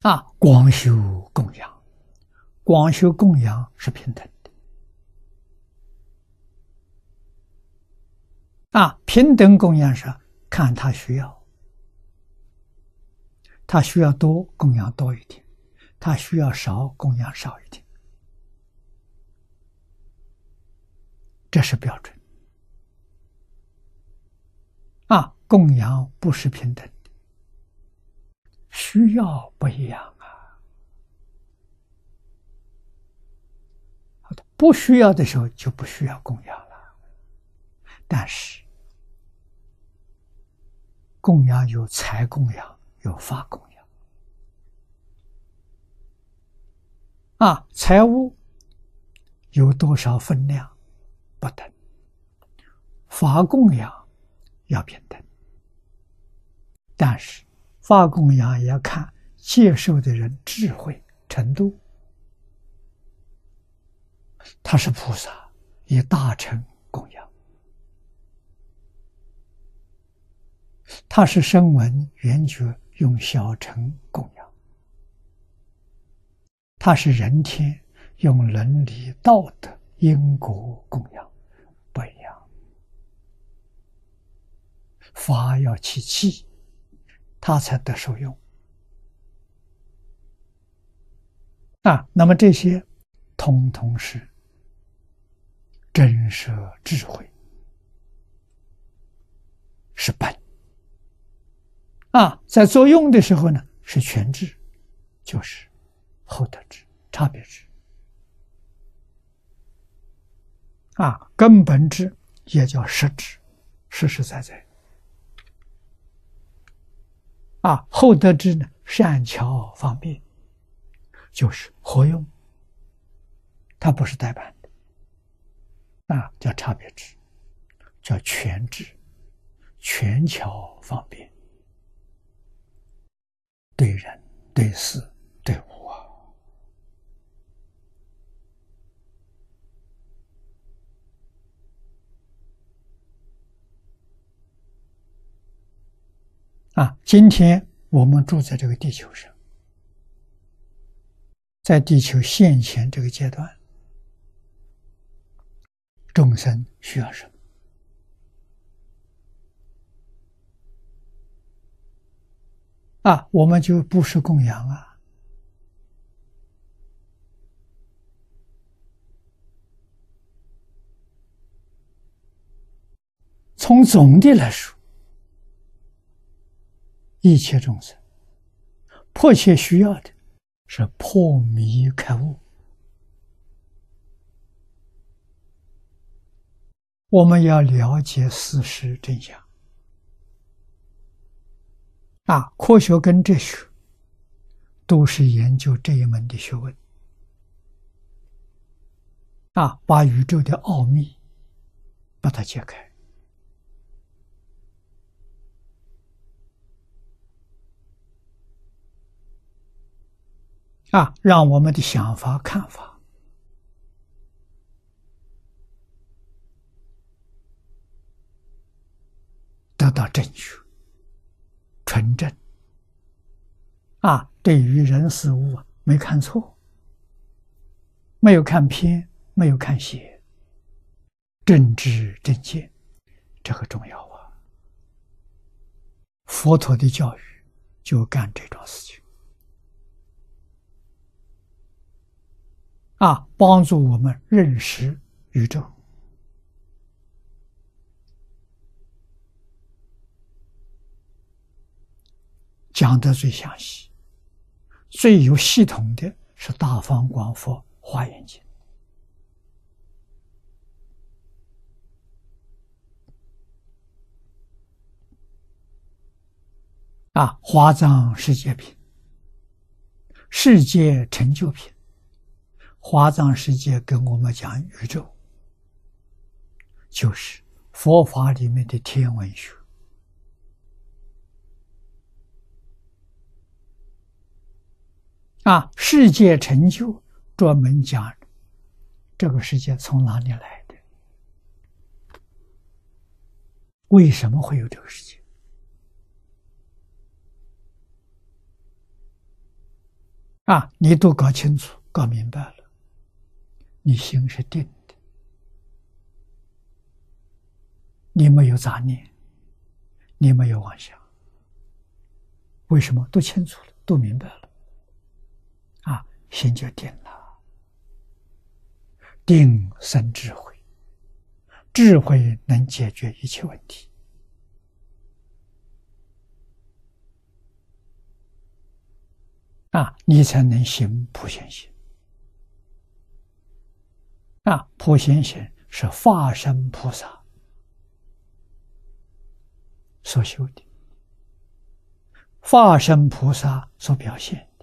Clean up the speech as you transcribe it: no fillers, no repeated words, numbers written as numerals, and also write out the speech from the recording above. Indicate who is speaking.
Speaker 1: 光修供养，光修供养是平等的。平等供养是看他需要，他需要多供养多一点，他需要少供养少一点，这是标准。供养不是平等的，需要不一样啊。好的，不需要的时候就不需要供养了。但是供养有财供养，有法供养。财物有多少分量不等，法供养要平等。但是法供养也要看接受的人智慧程度，他是菩萨，以大乘供养；他是声闻缘觉，用小乘供养；他是人天，用伦理道德因果供养，不一样。法要起气，他才得受用。那么这些统统是真实智慧，是本。在作用的时候呢，是全智，就是后得智、差别智。根本智也叫实智，实实在在。后得智呢，善巧方便，就是合用，它不是代办的。叫差别智，叫全智，全巧方便，对人、对事、对物今天我们住在这个地球上，在地球现前这个阶段，众生需要什么？我们就布施供养从总的来说，一切众生迫切需要的是破迷开悟。我们要了解事实真相。科学跟哲学都是研究这一门的学问。把宇宙的奥秘把它解开。让我们的想法看法得到正确纯正。对于人事物没看错，没有看偏，没有看邪，正知正见，这个重要佛陀的教育就干这种事情。帮助我们认识宇宙。讲得最详细、最有系统的是《大方广佛华严经》。华藏世界品、世界成就品。华藏世界跟我们讲宇宙，就是佛法里面的天文学。世界成就专门讲这个世界从哪里来的，为什么会有这个世界。 你都搞清楚、搞明白了，你心是定的，你没有杂念，你没有妄想。为什么？都清楚了，都明白了，心就定了。定生智慧，智慧能解决一切问题。你才能行普贤行。普贤行是化身菩萨所修的，化身菩萨所表现。